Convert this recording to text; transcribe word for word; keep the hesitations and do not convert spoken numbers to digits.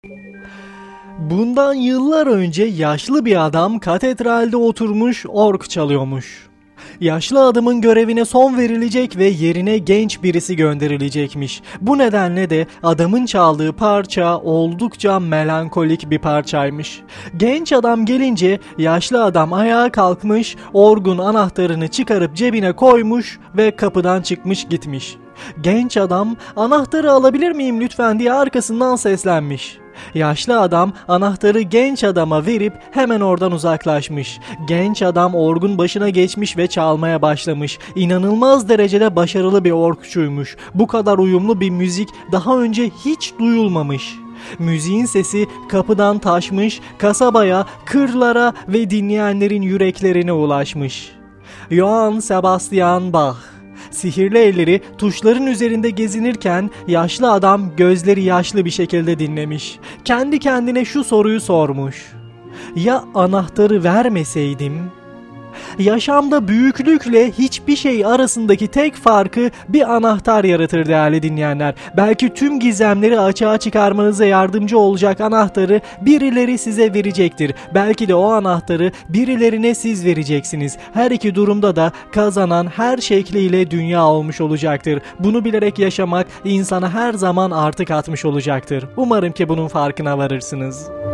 Bundan yıllar önce yaşlı bir adam katedralde oturmuş org çalıyormuş. Yaşlı adamın görevine son verilecek ve yerine genç birisi gönderilecekmiş. Bu nedenle de adamın çaldığı parça oldukça melankolik bir parçaymış. Genç adam gelince yaşlı adam ayağa kalkmış, orgun anahtarını çıkarıp cebine koymuş ve kapıdan çıkmış gitmiş. Genç adam "Anahtarı alabilir miyim lütfen?" diye arkasından seslenmiş. Yaşlı adam anahtarı genç adama verip hemen oradan uzaklaşmış. Genç adam orgun başına geçmiş ve çalmaya başlamış. İnanılmaz derecede başarılı bir orgçuymuş. Bu kadar uyumlu bir müzik daha önce hiç duyulmamış. Müziğin sesi kapıdan taşmış, kasabaya, kırlara ve dinleyenlerin yüreklerine ulaşmış. Johann Sebastian Bach. Sihirli elleri tuşların üzerinde gezinirken yaşlı adam gözleri yaşlı bir şekilde dinlemiş. Kendi kendine şu soruyu sormuş: "Ya anahtarı vermeseydim?" Yaşamda büyüklükle hiçbir şey arasındaki tek farkı bir anahtar yaratır değerli dinleyenler. Belki tüm gizemleri açığa çıkarmanıza yardımcı olacak anahtarı birileri size verecektir. Belki de o anahtarı birilerine siz vereceksiniz. Her iki durumda da kazanan her şekliyle dünya olmuş olacaktır. Bunu bilerek yaşamak insana her zaman artık atmış olacaktır. Umarım ki bunun farkına varırsınız.